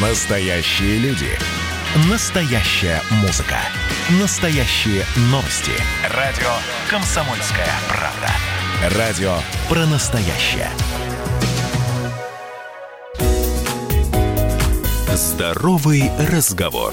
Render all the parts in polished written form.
Настоящие люди. Настоящая музыка. Настоящие новости. Радио «Комсомольская правда». Радио про настоящее. Здоровый разговор.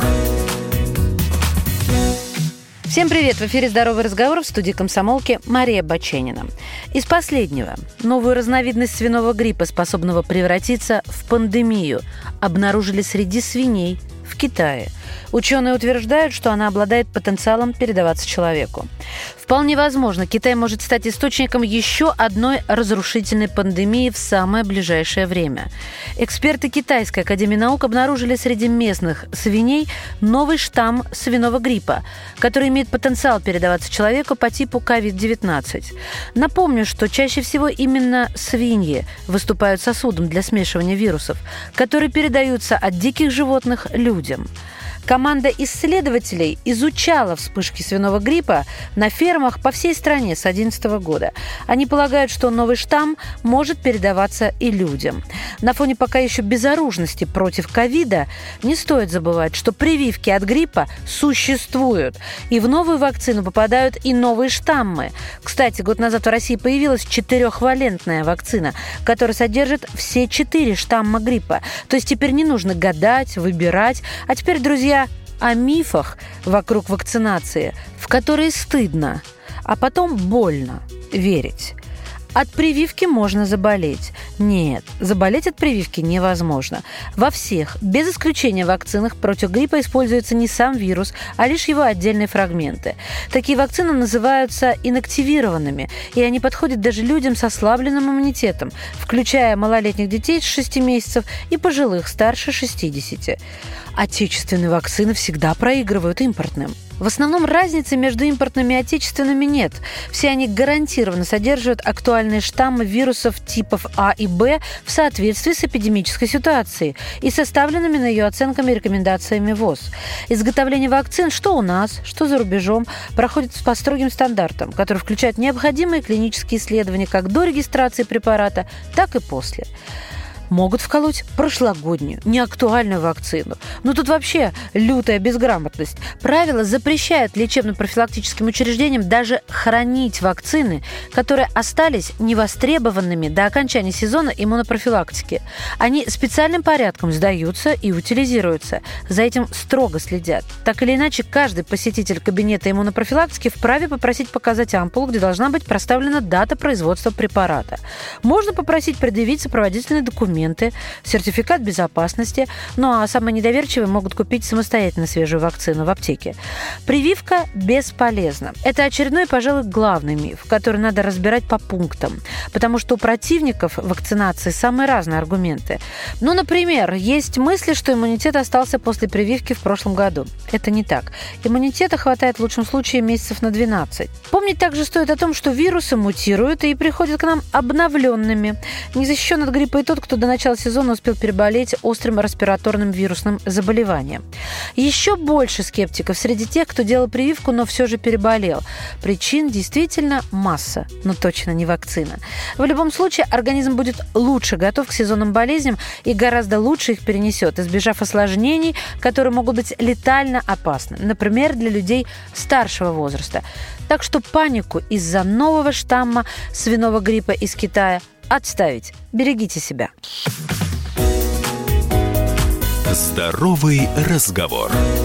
Всем привет! В эфире «Здоровый разговор», в студии «Комсомолки» Мария Баченина. Из последнего. Новую разновидность свиного гриппа, способного превратиться в пандемию, обнаружили среди свиней в Китае. Ученые утверждают, что она обладает потенциалом передаваться человеку. Вполне возможно, Китай может стать источником еще одной разрушительной пандемии в самое ближайшее время. Эксперты Китайской академии наук обнаружили среди местных свиней новый штамм свиного гриппа, который имеет потенциал передаваться человеку по типу COVID-19. Напомню, что чаще всего именно свиньи выступают сосудом для смешивания вирусов, которые передаются от диких животных людям. Команда исследователей изучала вспышки свиного гриппа на фермах по всей стране с 2011 года. Они полагают, что новый штамм может передаваться и людям. На фоне пока еще безоружности против ковида не стоит забывать, что прививки от гриппа существуют. И в новую вакцину попадают и новые штаммы. Кстати, год назад в России появилась 4-валентная вакцина, которая содержит все 4 штамма гриппа. То есть теперь не нужно гадать, выбирать. А теперь, друзья, о мифах вокруг вакцинации, в которые стыдно, а потом больно верить. От прививки можно заболеть. Нет, заболеть от прививки невозможно. Во всех, без исключения вакцинах против гриппа используется не сам вирус, а лишь его отдельные фрагменты. Такие вакцины называются инактивированными, и они подходят даже людям с ослабленным иммунитетом, включая малолетних детей с 6 месяцев и пожилых старше 60. Отечественные вакцины всегда проигрывают импортным. В основном разницы между импортными и отечественными нет. Все они гарантированно содержат актуальные штаммы вирусов типов А и Б в соответствии с эпидемической ситуацией и составленными на ее оценками и рекомендациями ВОЗ. Изготовление вакцин, что у нас, что за рубежом, проходит по строгим стандартам, которые включают необходимые клинические исследования как до регистрации препарата, так и после. Могут вколоть прошлогоднюю, неактуальную вакцину. Но тут вообще лютая безграмотность. Правила запрещают лечебно-профилактическим учреждениям даже хранить вакцины, которые остались невостребованными до окончания сезона иммунопрофилактики. Они специальным порядком сдаются и утилизируются. За этим строго следят. Так или иначе, каждый посетитель кабинета иммунопрофилактики вправе попросить показать ампулу, где должна быть проставлена дата производства препарата. Можно попросить предъявить сопроводительные документы, сертификат безопасности, ну а самые недоверчивые могут купить самостоятельно свежую вакцину в аптеке. Прививка бесполезна. Это очередной, пожалуй, главный миф, который надо разбирать по пунктам, потому что у противников вакцинации самые разные аргументы. Ну, например, есть мысли, что иммунитет остался после прививки в прошлом году. Это не так. Иммунитета хватает в лучшем случае месяцев на 12. Помнить также стоит о том, что вирусы мутируют и приходят к нам обновленными. Не защищен от гриппа и тот, кто до начала сезона успел переболеть острым респираторным вирусным заболеванием. Еще больше скептиков среди тех, кто делал прививку, но все же переболел. Причин действительно масса, но точно не вакцина. В любом случае, организм будет лучше готов к сезонным болезням и гораздо лучше их перенесет, избежав осложнений, которые могут быть летально опасны, например, для людей старшего возраста. Так что панику из-за нового штамма свиного гриппа из Китая отставить. Берегите себя. Здоровый разговор.